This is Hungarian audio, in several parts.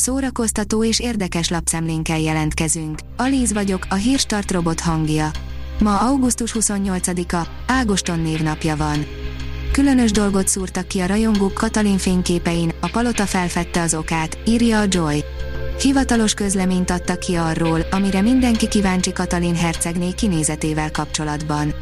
szórakoztató és érdekes lapszemlénkkel jelentkezünk. Alíz vagyok, a Hírstart robot hangja. Ma augusztus 28-a, Ágoston névnapja van. Különös dolgot szúrtak ki a rajongók Katalin fényképein, a palota felfedte az okát, írja a Joy. Hivatalos közleményt adtak ki arról, amire mindenki kíváncsi Katalin hercegné kinézetével kapcsolatban.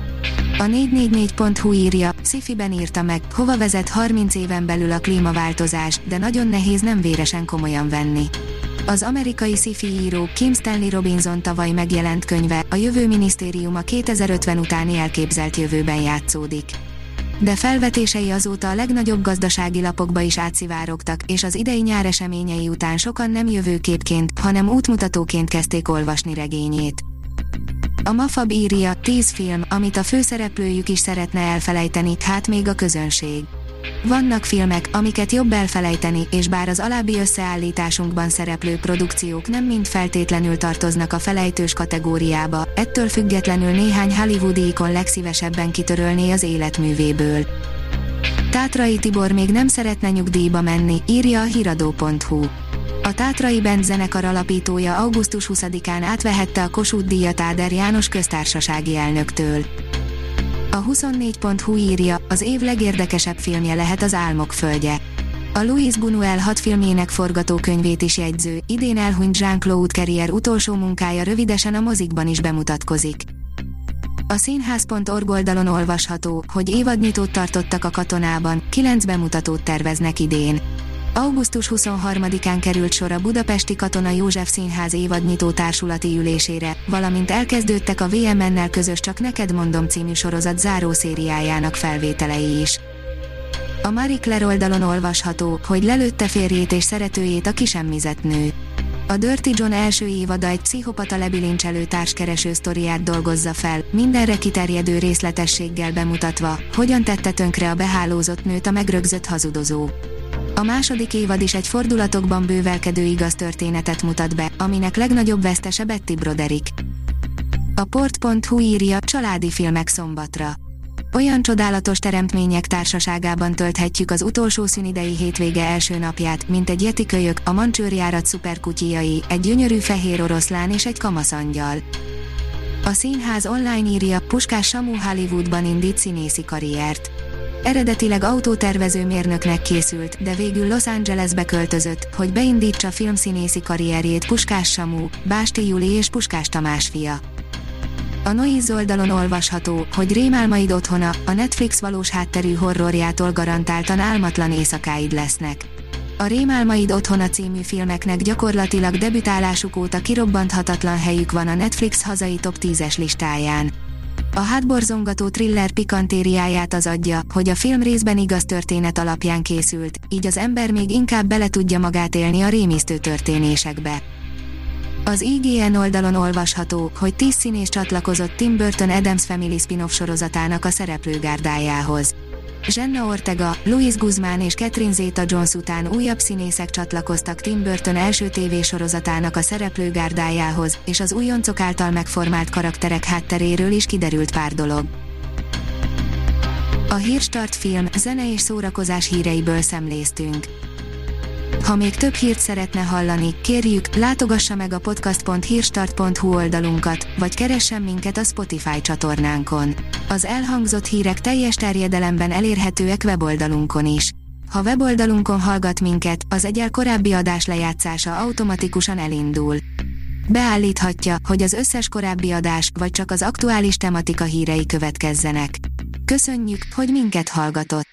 A 444.hu írja, sci-fiben írta meg, hova vezet 30 éven belül a klímaváltozás, de nagyon nehéz nem véresen komolyan venni. Az amerikai sci-fi író Kim Stanley Robinson tavaly megjelent könyve, a Jövő Minisztériuma 2050 utáni elképzelt jövőben játszódik. De felvetései azóta a legnagyobb gazdasági lapokba is átszivárogtak, és az idei nyár eseményei után sokan nem jövőképként, hanem útmutatóként kezdték olvasni regényét. A Mafab írja, 10 film, amit a főszereplőjük is szeretne elfelejteni, hát még a közönség. Vannak filmek, amiket jobb elfelejteni, és bár az alábbi összeállításunkban szereplő produkciók nem mind feltétlenül tartoznak a felejtős kategóriába, ettől függetlenül néhány hollywoodi ikon legszívesebben kitörölné az életművéből. Tátrai Tibor még nem szeretne nyugdíjba menni, írja a hiradó.hu. A Tátrai Band zenekar alapítója augusztus 20-án átvehette a Kossuth-díjat Áder János köztársasági elnöktől. A 24.hu írja, az év legérdekesebb filmje lehet az Álmok földje. A Luis Buñuel 6 filmjének forgatókönyvét is jegyző, idén elhunyt Jean-Claude Carrière utolsó munkája rövidesen a mozikban is bemutatkozik. A színház.org oldalon olvasható, hogy évadnyitót tartottak a Katonában, 9 bemutatót terveznek idén. Augusztus 23-án került sor a Budapesti Katona József Színház évadnyitó társulati ülésére, valamint elkezdődtek a VMN-nel közös Csak neked mondom című sorozat zárószériájának felvételei is. A Marie Claire oldalon olvasható, hogy lelőtte férjét és szeretőjét a kisemmizett nő. A Dirty John első évada egy pszichopata lebilincselő társkereső sztoriát dolgozza fel, mindenre kiterjedő részletességgel bemutatva, hogyan tette tönkre a behálózott nőt a megrögzött hazudozó. A második évad is egy fordulatokban bővelkedő igaz történetet mutat be, aminek legnagyobb vesztese Betty Broderick. A port.hu írja, családi filmek szombatra. Olyan csodálatos teremtmények társaságában tölthetjük az utolsó szünidei hétvége első napját, mint egy yeti kölyök, a mancsőrjárat szuperkutyijai, egy gyönyörű fehér oroszlán és egy kamaszangyal. A Színház online írja, Puskás Samu Hollywoodban indít színészi karriert. Eredetileg autótervező mérnöknek készült, de végül Los Angelesbe költözött, hogy beindítsa filmszínészi karrierjét Puskás Samu, Básti Juli és Puskás Tamás fia. A Noiz oldalon olvasható, hogy Rémálmaid otthona, a Netflix valós hátterű horrorjától garantáltan álmatlan éjszakáid lesznek. A Rémálmaid otthona című filmeknek gyakorlatilag debütálásuk óta kirobbanthatatlan helyük van a Netflix hazai top 10-es listáján. A hátborzongató thriller pikantériáját az adja, hogy a film részben igaz történet alapján készült, így az ember még inkább bele tudja magát élni a rémisztő történésekbe. Az IGN oldalon olvasható, hogy 10 színész csatlakozott Tim Burton Addams Family spin-off sorozatának a szereplőgárdájához. Jenna Ortega, Luis Guzmán és Catherine Zeta-Jones után újabb színészek csatlakoztak Tim Burton első tévésorozatának a szereplőgárdájához, és az újoncok által megformált karakterek hátteréről is kiderült pár dolog. A Hírstart film, zene és szórakozás híreiből szemléztünk. Ha még több hírt szeretne hallani, kérjük, látogassa meg a podcast.hírstart.hu oldalunkat, vagy keressen minket a Spotify csatornánkon. Az elhangzott hírek teljes terjedelemben elérhetőek weboldalunkon is. Ha weboldalunkon hallgat minket, az egyel korábbi adás lejátszása automatikusan elindul. Beállíthatja, hogy az összes korábbi adás, vagy csak az aktuális tematika hírei következzenek. Köszönjük, hogy minket hallgatott!